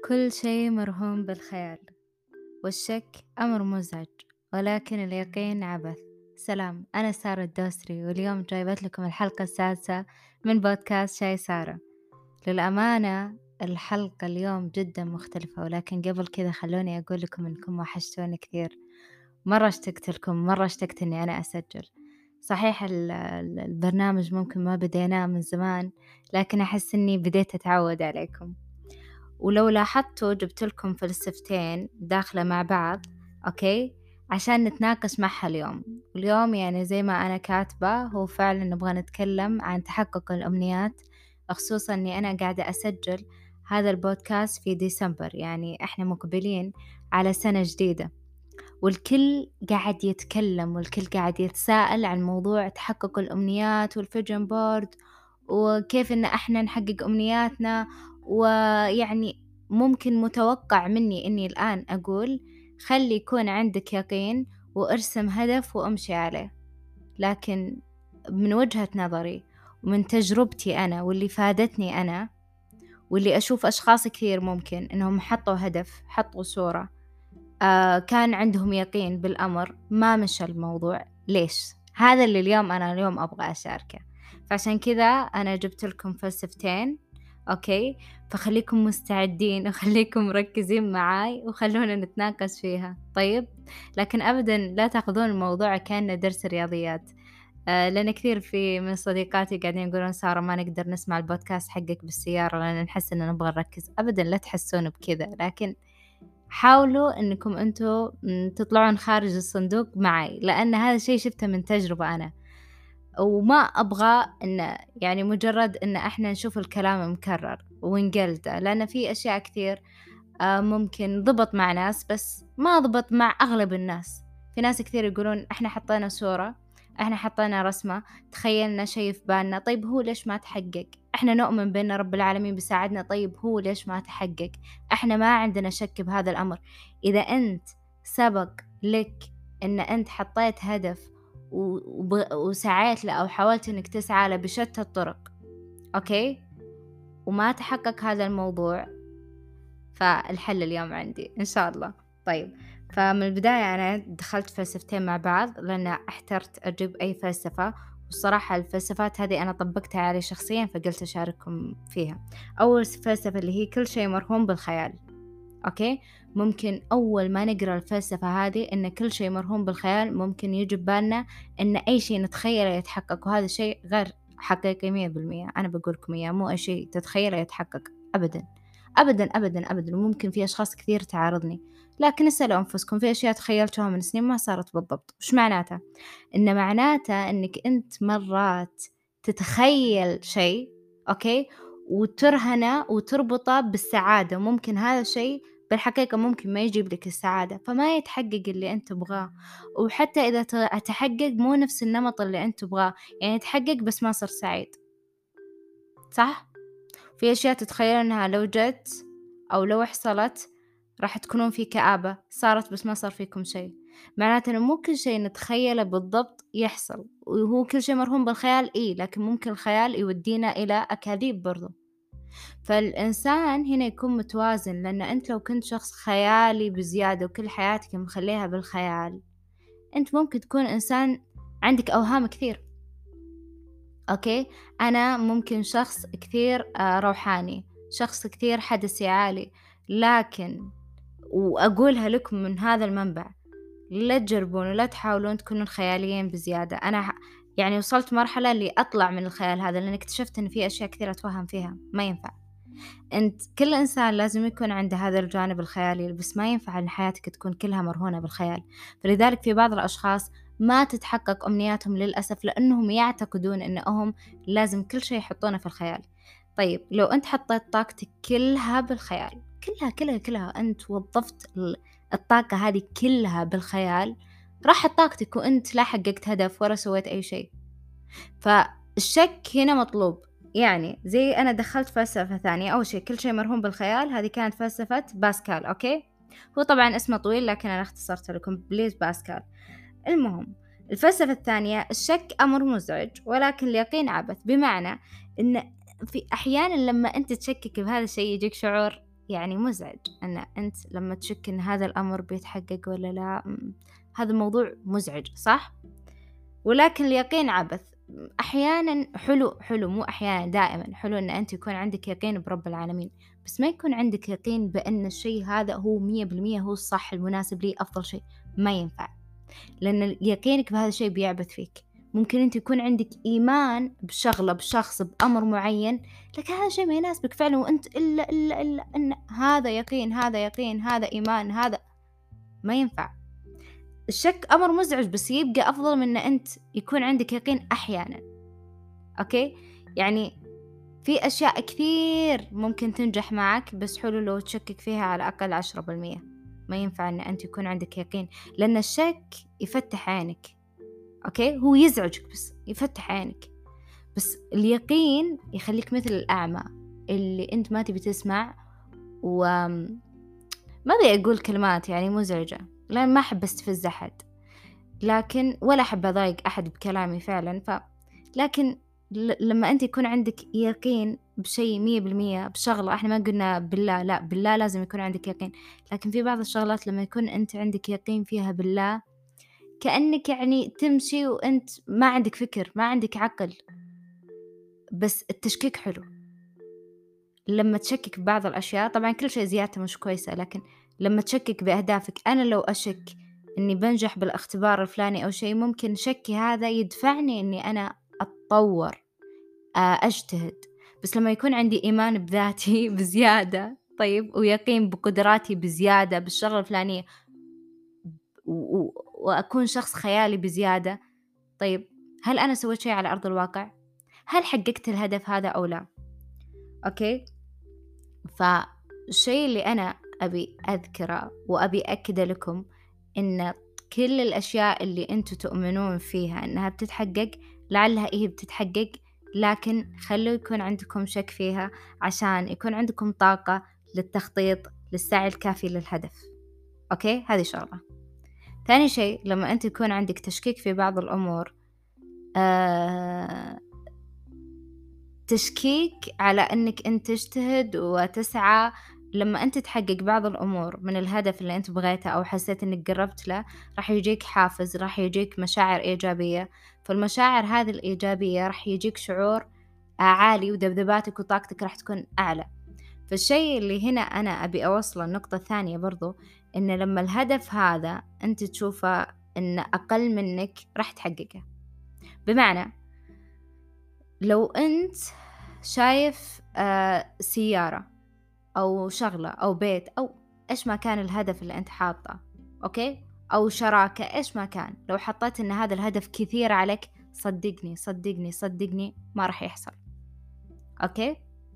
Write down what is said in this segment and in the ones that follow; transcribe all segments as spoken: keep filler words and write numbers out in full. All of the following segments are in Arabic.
كل شيء مرهون بالخيال، والشك أمر مزعج، ولكن اليقين عبث. سلام، أنا سارة الدوسري، واليوم جايبت لكم الحلقة السادسة من بودكاست شاي سارة. للأمانة الحلقة اليوم جدا مختلفة، ولكن قبل كذا خلوني أقول لكم أنكم وحشتوني كثير. مرة اشتقت لكم، مرة اشتقت أني أنا أسجل. صحيح ال- ال- البرنامج ممكن ما بديناه من زمان، لكن أحس أني بديت أتعود عليكم. ولو لاحظتوا جبت لكم فلسفتين داخلة مع بعض، أوكي، عشان نتناقش معها اليوم. اليوم يعني زي ما أنا كاتبة، هو فعلا نبغى نتكلم عن تحقق الأمنيات، خصوصا أني أنا قاعدة أسجل هذا البودكاست في ديسمبر، يعني إحنا مقبلين على سنة جديدة، والكل قاعد يتكلم والكل قاعد يتساءل عن موضوع تحقق الأمنيات والفيجن بورد، وكيف إن إحنا نحقق أمنياتنا. ويعني ممكن متوقع مني إني الآن أقول خلي يكون عندك يقين وارسم هدف وامشي عليه، لكن من وجهة نظري ومن تجربتي أنا واللي فادتني أنا واللي أشوف أشخاص كثير ممكن إنهم حطوا هدف، حطوا صورة، آه كان عندهم يقين بالأمر، ما مشى الموضوع. ليش؟ هذا اللي اليوم أنا اليوم أبغى أشاركه. فعشان كذا أنا جبت لكم فلسفتين، أوكي، فخليكم مستعدين وخليكم مركزين معاي وخلونا نتناقش فيها. طيب، لكن أبدا لا تأخذون الموضوع كأنه درس رياضيات، آه لأن كثير في من صديقاتي قاعدين يقولون سارة ما نقدر نسمع البودكاست حقك بالسيارة لأن نحس إننا نبغى نركز. أبدا لا تحسون بكذا، لكن حاولوا انكم انتوا تطلعون خارج الصندوق معي، لان هذا الشيء شفته من تجربة انا، وما ابغى ان يعني مجرد ان احنا نشوف الكلام مكرر ونقلده، لان في اشياء كثير آه، ممكن ضبط مع ناس بس ما ضبط مع اغلب الناس. في ناس كثير يقولون احنا حطينا صورة، احنا حطينا رسمة، تخيلنا شيء في بالنا، طيب هو ليش ما تحقق؟ احنا نؤمن بأن رب العالمين بيساعدنا، طيب هو ليش ما تحقق؟ احنا ما عندنا شك بهذا الأمر. إذا أنت سبق لك أن أنت حطيت هدف وب- وسعيت له أو حاولت أنك تسعى له بشتى الطرق، أوكي، وما تحقق هذا الموضوع، فالحل اليوم عندي إن شاء الله. طيب، فمن البداية أنا دخلت فلسفتين مع بعض لأن احترت أجيب أي فلسفة، والصراحة الفلسفات هذه أنا طبقتها علي شخصيا فقلت أشارككم فيها. أول فلسفة اللي هي كل شيء مرهون بالخيال. أوكي، ممكن أول ما نقرأ الفلسفة هذه إن كل شيء مرهون بالخيال ممكن يجي ببالنا إن أي شيء نتخيله يتحقق، وهذا شيء غير حقيقي مية بالمية. أنا بقولكم إياه، مو أي شيء تتخيله يتحقق أبدا أبدا أبدا أبدا. وممكن في أشخاص كثير تعارضني، لكن اسألوا أنفسكم في أشياء تخيلتوها من سنين ما صارت بالضبط. وش معناته؟ إن معناته إنك أنت مرات تتخيل شيء، أوكي، وترهنه وتربطه بالسعادة، وممكن هذا الشيء بالحقيقة ممكن ما يجيب لك السعادة، فما يتحقق اللي أنت تبغاه. وحتى إذا ت- تحقق مو نفس النمط اللي أنت تبغاه، يعني تحقق بس ما صار سعيد، صح؟ في أشياء تتخيل أنها لو جت أو لو حصلت راح تكونون في كآبة، صارت بس ما صار فيكم شيء. معناته إنه مو كل شيء نتخيله بالضبط يحصل، وهو كل شيء مرهون بالخيال، إيه، لكن ممكن الخيال يودينا إلى أكاذيب برضو. فالإنسان هنا يكون متوازن، لأن أنت لو كنت شخص خيالي بزيادة وكل حياتك مخليها بالخيال، أنت ممكن تكون إنسان عندك أوهام كثير. أوكي، أنا ممكن شخص كثير آه، روحاني، شخص كثير حدثي عالي، لكن وأقولها لكم من هذا المنبع، لا تجربون ولا تحاولون تكونوا خياليين بزيادة. أنا ح- يعني وصلت مرحلة اللي أطلع من الخيال هذا، لأن اكتشفت إن في أشياء كثير أتوهم فيها، ما ينفع. أنت كل إنسان لازم يكون عنده هذا الجانب الخيالي، بس ما ينفع أن حياتك تكون كلها مرهونة بالخيال. فلذلك في بعض الأشخاص ما تتحقق أمنياتهم للأسف، لأنهم يعتقدون أنهم لازم كل شيء يحطونه في الخيال. طيب، لو أنت حطيت طاقتك كلها بالخيال، كلها كلها كلها، أنت وظفت ال- الطاقة هذه كلها بالخيال، راحت طاقتك وأنت لا حققت هدف ولا سويت أي شيء. فالشك هنا مطلوب. يعني زي أنا دخلت فلسفة ثانية، أول شيء كل شيء مرهون بالخيال، هذه كانت فلسفة باسكال، أوكي، هو طبعا اسمه طويل لكن أنا اختصرت لكم بليز باسكال. المهم، الفلسفة الثانية، الشك أمر مزعج ولكن اليقين عبث، بمعنى إن في أحيانا لما أنت تشكك بهذا الشيء يجيك شعور يعني مزعج أن أنت لما تشك أن هذا الأمر بيتحقق ولا لا. هذا الموضوع مزعج صح؟ ولكن اليقين عبث. أحيانا حلو حلو مو أحيانا دائما حلو أن أنت يكون عندك يقين برب العالمين، بس ما يكون عندك يقين بأن الشيء هذا هو مية بالمية هو الصح المناسب لي أفضل شيء. ما ينفع، لأن يقينك بهذا الشيء بيعبث فيك. ممكن أنت يكون عندك إيمان بشغلة بشخص بأمر معين، لكن هذا الشيء ما يناسبك فعلا، وأنت إلا إلا إلا أن هذا يقين هذا يقين هذا إيمان هذا ما ينفع. الشك أمر مزعج، بس يبقى أفضل من أن أنت يكون عندك يقين أحيانا. أوكي، يعني في أشياء كثير ممكن تنجح معك، بس حلو لو تشكك فيها على الأقل عشرة بالمية. ما ينفع أن أنت يكون عندك يقين، لأن الشك يفتح عينك. أوكي، هو يزعجك بس يفتح عينك، بس اليقين يخليك مثل الأعمى اللي أنت ما تبي تسمع. وما بي أقول كلمات يعني مزعجة، لأن ما أحب استفز أحد، لكن ولا أحب أضايق أحد بكلامي فعلا. ف لكن ل... لما أنت يكون عندك يقين بشيء مية بالمية بشغلة، إحنا ما قلنا بالله، لا بالله لازم يكون عندك يقين، لكن في بعض الشغلات لما يكون أنت عندك يقين فيها بالله، كأنك يعني تمشي وأنت ما عندك فكر ما عندك عقل. بس التشكيك حلو، لما تشكك ببعض الأشياء، طبعا كل شيء زيادته مش كويسة، لكن لما تشكك بأهدافك، أنا لو أشك أني بنجح بالاختبار الفلاني أو شيء، ممكن شكي هذا يدفعني أني أنا أتطور أجتهد. بس لما يكون عندي إيمان بذاتي بزيادة، طيب، ويقين بقدراتي بزيادة بالشغلة الفلانية، و- و- وأكون شخص خيالي بزيادة، طيب هل أنا سويت شيء على أرض الواقع؟ هل حققت الهدف هذا أو لا؟ أوكي، فالشيء اللي أنا أبي أذكره وأبي أكد لكم إن كل الأشياء اللي أنتوا تؤمنون فيها إنها بتتحقق، لعلها إيه بتتحقق، لكن خلوا يكون عندكم شك فيها عشان يكون عندكم طاقة للتخطيط للسعي الكافي للهدف. أوكي، هذه شغلة. ثاني شيء، لما أنت يكون عندك تشكيك في بعض الأمور، آه تشكيك على أنك أنت تجتهد وتسعى، لما أنت تحقق بعض الأمور من الهدف اللي أنت بغيته أو حسيت أنك قربت له، راح يجيك حافز، راح يجيك مشاعر إيجابية. فالمشاعر هذه الإيجابية راح يجيك شعور عالي، ودبدباتك وطاقتك راح تكون أعلى. فالشيء اللي هنا أنا أبي أوصله، النقطة الثانية برضو، إن لما الهدف هذا أنت تشوفه إن أقل منك، راح تحققه. بمعنى لو أنت شايف آه سيارة أو شغلة أو بيت أو إيش ما كان الهدف اللي أنت حاطه، أوكي، أو شراكة، إيش ما كان، لو حطيت إن هذا الهدف كثير عليك، صدقني صدقني صدقني ما راح يحصل. أوكي،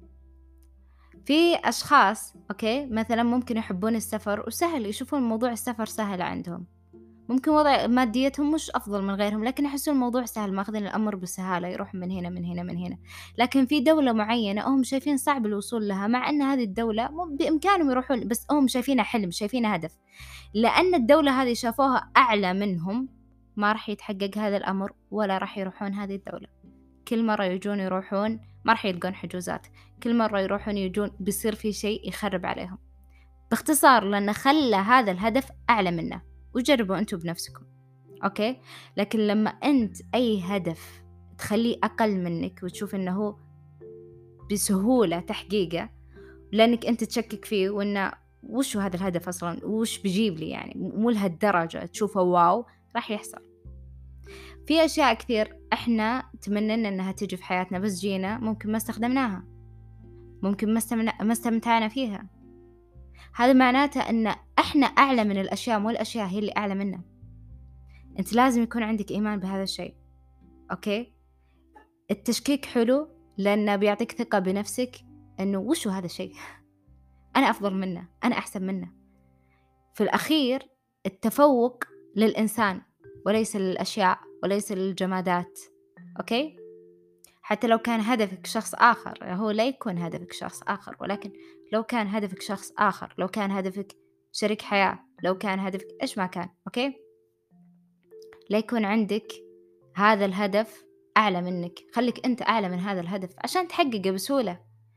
في أشخاص أوكي مثلا ممكن يحبون السفر وسهل، يشوفون موضوع السفر سهل عندهم، ممكن وضع ماديتهم مش أفضل من غيرهم، لكن يحسون الموضوع سهل، ماخذين الأمر بسهالة، يروح من هنا من هنا من هنا. لكن في دولة معينة هم شايفين صعب الوصول لها، مع أن هذه الدولة بإمكانهم يروحون، بس هم شايفينها حلم، شايفينها هدف، لأن الدولة هذه شافوها أعلى منهم، ما راح يتحقق هذا الأمر ولا راح يروحون هذه الدولة. كل مرة يجون يروحون ما راح يلقون حجوزات، كل مرة يروحون يجون بيصير في شيء يخرب عليهم. باختصار، لأن خلى هذا الهدف أعلى منه. وجربوا أنتوا بنفسكم. أوكي، لكن لما أنت أي هدف تخليه أقل منك وتشوف أنه بسهولة تحقيقه، لأنك أنت تشكك فيه وأنه وش هذا الهدف أصلا، وش بيجيب لي، يعني مو لهالدرجة تشوفه واو، راح يحصل. في أشياء كثير إحنا تمنينا أنها تجي في حياتنا، بس جينا ممكن ما استخدمناها، ممكن ما استمنا- ما استمتعنا فيها. هذا معناته أن إحنا أعلى من الأشياء، مو الأشياء هي اللي أعلى منا. أنت لازم يكون عندك إيمان بهذا الشيء. أوكي، التشكيك حلو لأنه بيعطيك ثقة بنفسك، أنه وشو هذا الشيء، أنا أفضل منه، أنا أحسن منه. في الأخير التفوق للإنسان وليس للأشياء وليس للجمادات. أوكي، حتى لو كان هدفك شخص آخر، هو لا يكون هدفك شخص آخر، ولكن لو كان هدفك شخص آخر، لو كان هدفك شريك حياة، لو كان هدفك إيش ما كان، أوكي، لا يكون عندك هذا الهدف أعلى منك، خليك أنت أعلى من هذا الهدف عشان تحققه بسهولة.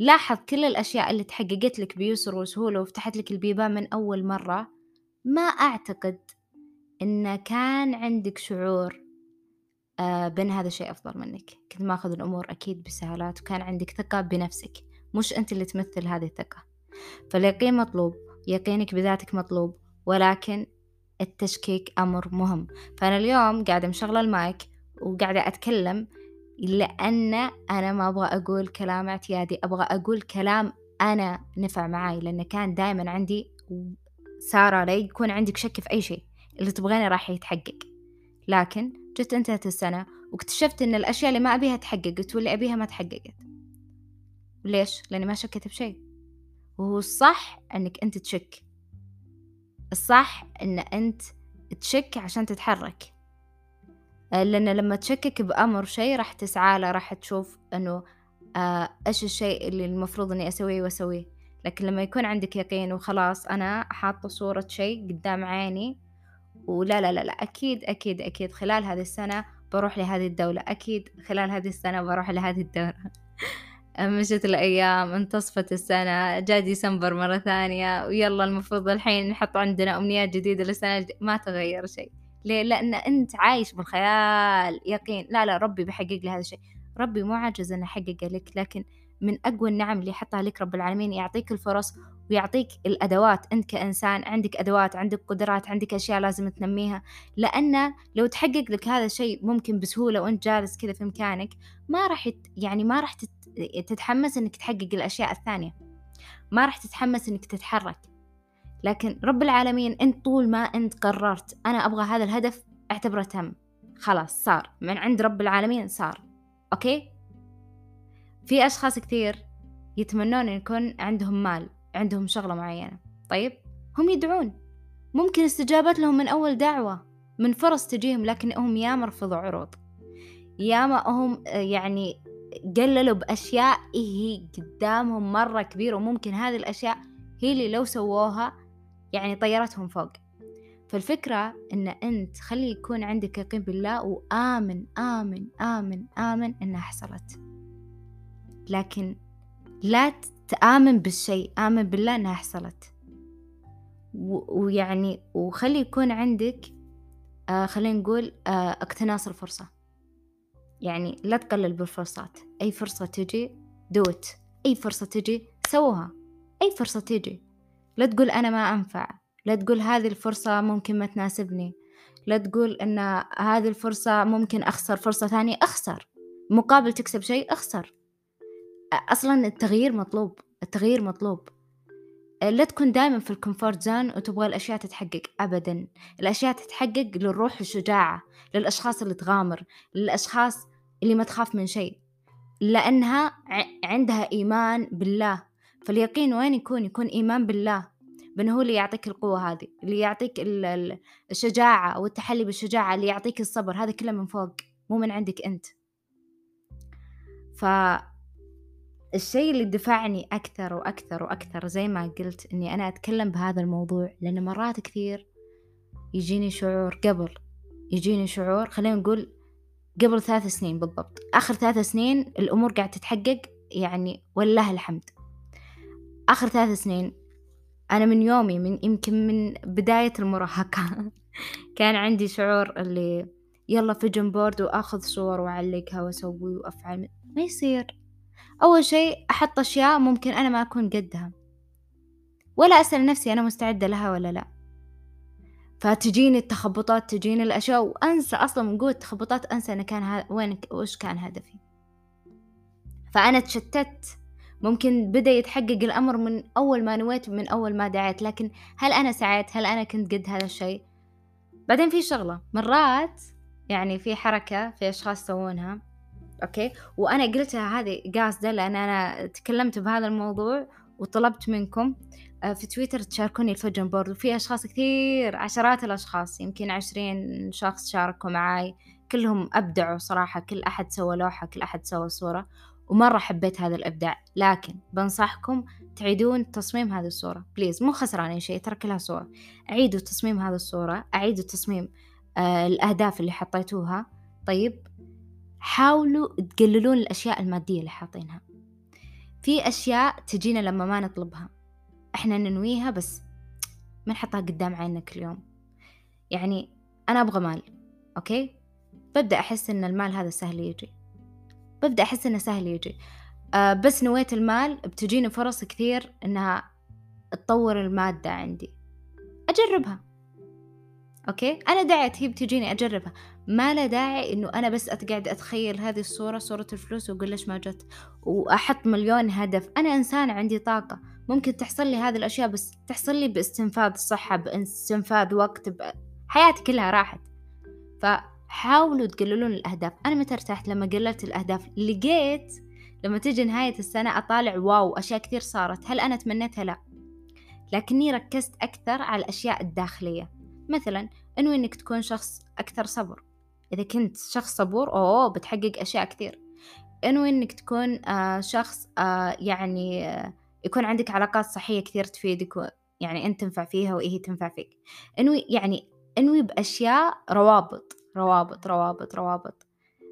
لاحظ كل الأشياء اللي تحققت لك بيسر وسهولة وفتحت لك البيبان من أول مرة. ما أعتقد إن كان عندك شعور آه بأن هذا الشيء أفضل منك، كنت ماخذ الأمور أكيد بسهالات، وكان عندك ثقة بنفسك، مش أنت اللي تمثل هذه الثقة. فاليقين مطلوب، يقينك بذاتك مطلوب، ولكن التشكيك أمر مهم. فأنا اليوم قاعدة مشغلة المايك وقاعدة أتكلم لأن أنا ما أبغى أقول كلام اعتيادي، أبغى أقول كلام أنا نفع معاي، لأن كان دائما عندي سارة لا يكون عندك شك في أي شيء اللي تبغينه راح يتحقق. لكن جت انتهت السنة واكتشفت إن الأشياء اللي ما أبيها تحققت واللي أبيها ما تحققت. ليش؟ لأني ما شكت بشيء. وهو الصح أنك أنت تشك، الصح أن أنت تشك عشان تتحرك، لأن لما تشكك بأمر شيء راح تسعى له، راح تشوف أنه آه إيش الشيء اللي المفروض أني أسويه وأسويه. لكن لما يكون عندك يقين وخلاص أنا حاطة صورة شيء قدام عيني، ولا لا لا لا أكيد أكيد أكيد خلال هذه السنة بروح لهذه الدولة، أكيد خلال هذه السنة بروح لهذه الدولة. مشت الأيام، انتصفت السنة، جاء ديسمبر مرة ثانية، ويلا المفروض الحين نحط عندنا أمنيات جديدة للسنة الجديدة. ما تغير شيء. ليه؟ لأن أنت عايش بالخيال. يقين لا لا ربي بيحقق لي هذا الشيء. ربي مو عاجز أن يحقق لك، لكن من أقوى النعم اللي حطها لك رب العالمين يعطيك الفرص ويعطيك الأدوات. أنت كإنسان عندك أدوات، عندك قدرات، عندك أشياء لازم تنميها، لأن لو تحقق لك هذا الشيء ممكن بسهولة وأنت جالس كذا في مكانك، ما راح يت... يعني ما راح تت... تتحمس إنك تحقق الأشياء الثانية، ما راح تتحمس إنك تتحرك. لكن رب العالمين أنت طول ما أنت قررت أنا أبغى هذا الهدف، اعتبره تم، خلاص صار من عند رب العالمين، صار أوكي. في أشخاص كثير يتمنون أن يكون عندهم مال، عندهم شغلة معينة، طيب هم يدعون، ممكن استجابت لهم من أول دعوة، من فرص تجيهم، لكن هم ياما رفضوا عروض، ياما هم يعني قللوا بأشياء هي قدامهم مرة كبيرة، وممكن هذه الأشياء هي اللي لو سووها يعني طيرتهم فوق. فالفكرة إن أنت خلي يكون عندك يقين بالله، وآمن آمن آمن آمن إنها حصلت. لكن لا تآمن بالشيء، آمن بالله إنها حصلت. ويعني وخلي يكون عندك آه خلينا نقول آه اقتناص الفرصة. يعني لا تقلل بالفرصات، أي فرصة تجي دوت، أي فرصة تجي سوها، أي فرصة تجي. لا تقول أنا ما أنفع، لا تقول هذه الفرصة ممكن ما تناسبني، لا تقول أن هذه الفرصة ممكن أخسر فرصة ثانية، أخسر مقابل تكسب شيء، أخسر. أصلا التغيير مطلوب، التغيير مطلوب. لا تكون دائما في الكومفورت زون وتبغى الأشياء تتحقق، أبدا. الأشياء تتحقق للروح الشجاعة، للأشخاص اللي تغامر، للأشخاص اللي ما تخاف من شيء، لأنها عندها إيمان بالله. فاليقين وين يكون؟ يكون إيمان بالله، بأنه هو اللي يعطيك القوة هذه، اللي يعطيك الشجاعة والتحلي بالشجاعة، اللي يعطيك الصبر، هذا كله من فوق مو من عندك أنت. فالشيء اللي دفعني أكثر وأكثر وأكثر زي ما قلت أني أنا أتكلم بهذا الموضوع، لأن مرات كثير يجيني شعور، قبل يجيني شعور خلينا نقول قبل ثلاث سنين بالضبط، آخر ثلاث سنين الأمور قاعدة تتحقق يعني والله الحمد. آخر ثلاث سنين أنا من يومي، من يمكن من بداية المراهقة كان عندي شعور اللي يلا فيجن بورد وأخذ صور وأعلقها وأسوي وأفعل. ما يصير. أول شيء أحط أشياء ممكن أنا ما أكون قدها، ولا أسأل نفسي أنا مستعدة لها ولا لا. فتجيني التخبطات، تجيني الأشياء، وأنسى أصلا من قوة التخبطات أنسى أنا كان ها... وين وش كان هدفي. فأنا تشتت. ممكن بدأ يتحقق الأمر من أول ما نويت، من أول ما دعيت، لكن هل أنا سعيت؟ هل أنا كنت قد هذا الشيء؟ بعدين في شغلة مرات يعني في حركة في أشخاص يسوونها، أوكي، وأنا قلتها هذه قاصدة لأن أنا تكلمت بهذا الموضوع وطلبت منكم في تويتر تشاركوني الفيجن بورد، وفي أشخاص كثير، عشرات الأشخاص، يمكن عشرين شخص شاركوا معاي، كلهم أبدعوا صراحة، كل أحد سوى لوحة، كل أحد سوى صورة، ومرة حبيت هذا الإبداع. لكن بنصحكم تعيدون تصميم هذه الصورة بليز، مو خسرانين شيء، ترى كلها صورة. أعيدوا تصميم هذه الصورة، أعيدوا تصميم آه الأهداف اللي حطيتوها. طيب حاولوا تقللون الأشياء المادية اللي حاطينها. في أشياء تجينا لما ما نطلبها، إحنا ننويها بس ما نحطها قدام عيننا كل يوم. يعني أنا أبغى مال، أوكي، ببدأ أحس إن المال هذا سهل يجي، ببدأ أحس إنه سهل يجي. أه بس نويت المال بتجيني فرص كثير إنها تطور المادة عندي، أجربها. أوكي، أنا دعيت هي بتجيني أجربها، ما له داعي إنه أنا بس أتقعد أتخيل هذه الصورة، صورة الفلوس، وأقول ليش ما جت، وأحط مليون هدف. أنا إنسان عندي طاقة، ممكن تحصل لي هذه الأشياء بس تحصل لي باستنفاذ صحة، باستنفاذ وقت، حياتي كلها راحت. فحاولوا تقللون الأهداف. أنا متى ارتحت؟ لما قللت الأهداف. لقيت لما تجي نهاية السنة أطالع واو أشياء كثير صارت، هل أنا تمنيتها؟ لا، لكني ركزت أكثر على الأشياء الداخلية. مثلا إنه إنك تكون شخص أكثر صبر، إذا كنت شخص صبور أوه بتحقق أشياء كثير. إنه إنك تكون آه شخص آه يعني آه يكون عندك علاقات صحية كثير تفيدك، و يعني أنت تنفع فيها وإيه تنفع فيك. إنه يعني إنه بأشياء روابط روابط روابط روابط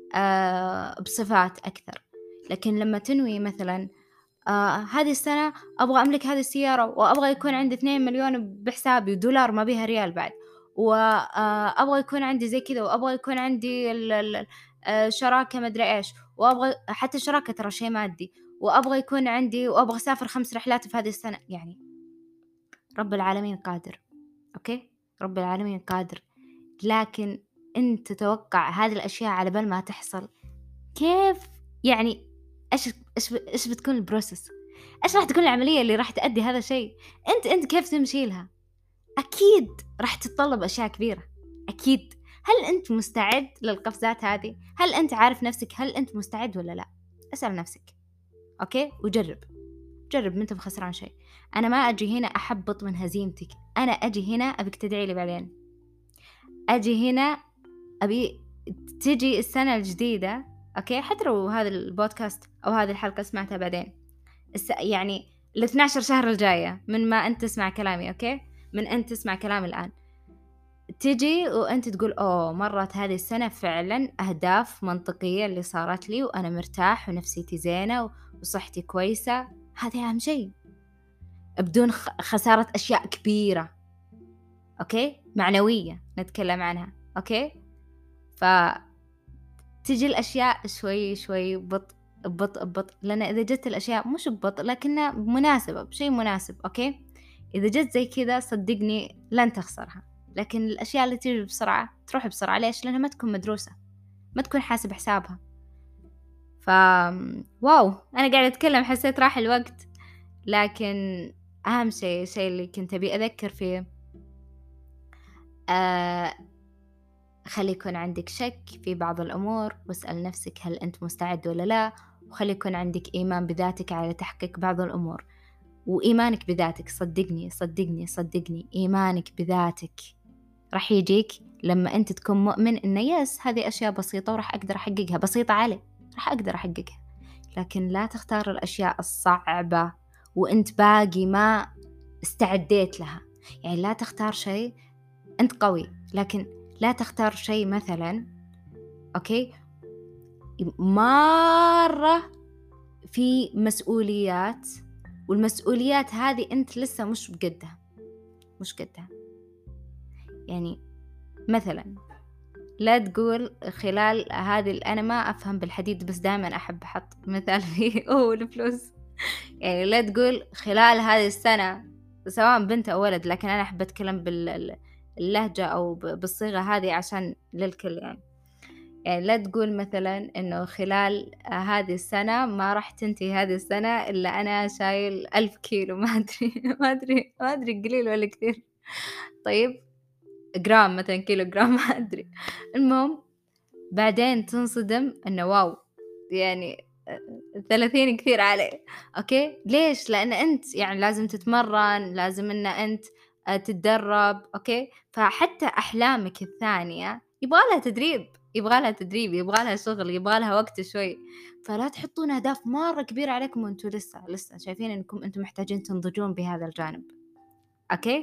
آه بصفات أكثر. لكن لما تنوي مثلا آه هذه السنة أبغى أملك هذه السيارة، وأبغى يكون عندي اثنين مليون بحسابي ودولار ما بيها ريال بعد، وأبغى يكون عندي زي كذا، وأبغى يكون عندي الشراكة مدري إيش، وأبغى حتى الشراكة ترى شيء مادي، وأبغى يكون عندي، وأبغى أسافر خمس رحلات في هذه السنة. يعني رب العالمين قادر، أوكي، رب العالمين قادر، لكن أنت تتوقع هذه الأشياء على بال ما تحصل كيف؟ يعني إيش إيش إيش بتكون البروسس؟ إيش راح تكون العملية اللي راح تؤدي هذا الشيء؟ أنت أنت كيف تمشي لها؟ أكيد راح تتطلب أشياء كبيرة، أكيد. هل أنت مستعد للقفزات هذه؟ هل أنت عارف نفسك؟ هل أنت مستعد ولا لا؟ اسأل نفسك، أوكي، وجرب جرب، ما أنت خسران شيء. أنا ما أجي هنا أحبط من هزيمتك، أنا أجي هنا أبيك تدعي لي بعدين، أجي هنا أبي تجي السنة الجديدة، أوكي، حتى لو هذا البودكاست أو هذه الحلقة سمعتها بعدين، الس... يعني ال اثنا عشر شهر الجاية من ما أنت تسمع كلامي، أوكي، من أنت تسمع كلامي الآن، تجي وأنت تقول أوه مرت هذه السنة فعلا أهداف منطقية اللي صارت لي، وأنا مرتاح ونفسيتي زينة وصحتي كويسة. هذا أهم شيء، بدون خ... خسارة أشياء كبيرة، أوكي، معنوية نتكلم عنها، أوكي. فتجي الأشياء شوي شوي، ببطء ببطء ببطء، لأن إذا جت الأشياء مش ببطء لكنها مناسبة، بشيء مناسب، أوكي، إذا جت زي كذا صدقني لن تخسرها. لكن الأشياء اللي تيجي بسرعة تروح بسرعة، ليش؟ لأنها ما تكون مدروسة، ما تكون حاسب حسابها. ف واو أنا قاعدة أتكلم حسيت راح الوقت، لكن أهم شيء الشيء اللي كنت أبي أذكر فيه، آه خلي يكون عندك شك في بعض الأمور، واسأل نفسك هل أنت مستعد ولا لا، وخلي يكون عندك إيمان بذاتك على تحقيق بعض الأمور. وإيمانك بذاتك صدقني صدقني صدقني إيمانك بذاتك راح يجيك لما أنت تكون مؤمن إنه يس هذه أشياء بسيطة وراح أقدر أحققها، بسيطة علي راح أقدر أحققها. لكن لا تختار الأشياء الصعبة وأنت باقي ما استعديت لها. يعني لا تختار شيء أنت قوي، لكن لا تختار شيء مثلا أوكي مرة في مسؤوليات، والمسؤوليات هذه أنت لسه مش بقدها مش قدها. يعني مثلا لا تقول خلال هذه، أنا ما أفهم بالحديد بس دائما أحب أحط مثال فيه أوه الفلوس. يعني لا تقول خلال هذه السنة، سواء بنت أو ولد، لكن أنا أحب أتكلم باللهجة أو بالصيغة هذه عشان للكل. يعني يعني لا تقول مثلا إنه خلال هذه السنة ما راح تنتهي هذه السنة إلا أنا شايل ألف كيلو، ما أدري ما أدري ما أدري قليل ولا كثير، طيب جرام مثلا، كيلو جرام، ما أدري. المهم بعدين تنصدم إنه واو يعني ثلاثين كثير عليه، أوكي، ليش؟ لأن أنت يعني لازم تتمرن، لازم إن أنت تتدرب، أوكي. فحتى أحلامك الثانية يبغى لها تدريب، يبغى لها تدريب، يبغى لها شغل، يبغى لها وقت شوي. فلا تحطون أهداف مرة كبيرة عليكم وأنتوا لسه لسه شايفين إنكم أنتم محتاجين تنضجون بهذا الجانب، أوكي.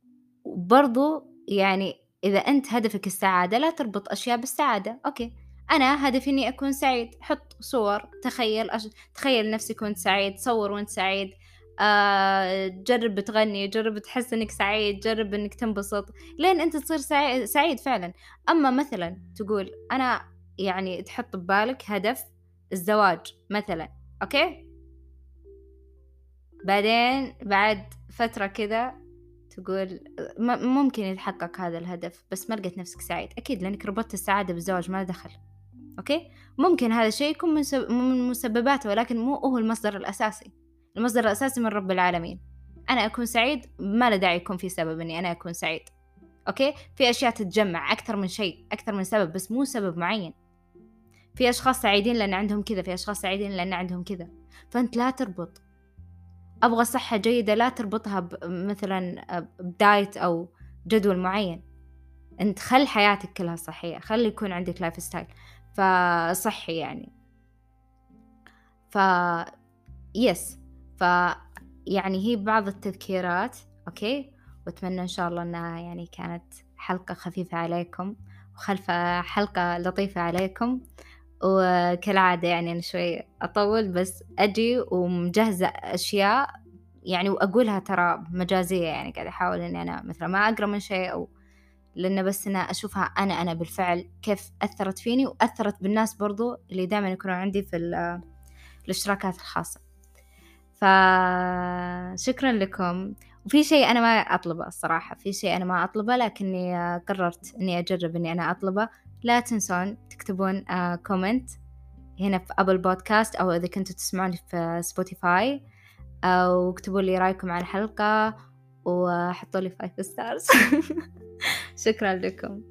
وبرضو يعني إذا أنت هدفك السعادة لا تربط أشياء بالسعادة، أوكي. أنا هدفي إني أكون سعيد، حط صور، تخيل أش... تخيل نفسك كنت سعيد، صور وأنت سعيد. آه، جرب تغني، جرب تحس إنك سعيد، جرب إنك تنبسط لين أنت تصير سعيد, سعيد فعلا. أما مثلا تقول أنا يعني تحط ببالك هدف الزواج مثلا، أوكي، بعدين بعد فترة كذا تقول م- ممكن يتحقق هذا الهدف بس ما لقيت نفسك سعيد، أكيد لأنك ربطت السعادة بالزواج، ما دخل. أوكي، ممكن هذا الشيء يكون من, سب... من مسبباته، ولكن مو هو المصدر الأساسي. المصدر الأساسي من رب العالمين. أنا أكون سعيد، ما له داعي يكون في سبب إني أنا أكون سعيد. أوكي، في أشياء تتجمع أكثر من شيء، أكثر من سبب، بس مو سبب معين. في أشخاص سعيدين لأن عندهم كذا، في أشخاص سعيدين لأن عندهم كذا. فأنت لا تربط. أبغى صحة جيدة، لا تربطها مثلا بدايت أو جدول معين. أنت خل حياتك كلها صحية، خلي يكون عندك لايف ستايل فصحي يعني. ف يس ف يعني هي بعض التذكيرات. أوكي، وأتمنى إن شاء الله أنها يعني كانت حلقة خفيفة عليكم، وخلفة حلقة لطيفة عليكم. وكالعادة يعني أنا شوي أطول، بس أجي ومجهزة أشياء يعني، وأقولها ترى مجازية، يعني قاعدة أحاول إني أنا مثلا ما أقرأ من شيء، أو لأن بس أنا أشوفها أنا أنا بالفعل كيف أثرت فيني وأثرت بالناس برضو اللي دائما يكونوا عندي في الاشتراكات الخاصة. فشكرا لكم. وفي شيء أنا ما أطلبه الصراحة، في شيء أنا ما أطلبه لكني قررت أني أجرب أني أنا أطلبه. لا تنسون تكتبون كومنت هنا في أبل بودكاست، أو إذا كنتوا تسمعوني في سبوتيفاي، أو اكتبوا لي رأيكم على الحلقة وحطوا لي فايف ستارز. شكرا لكم.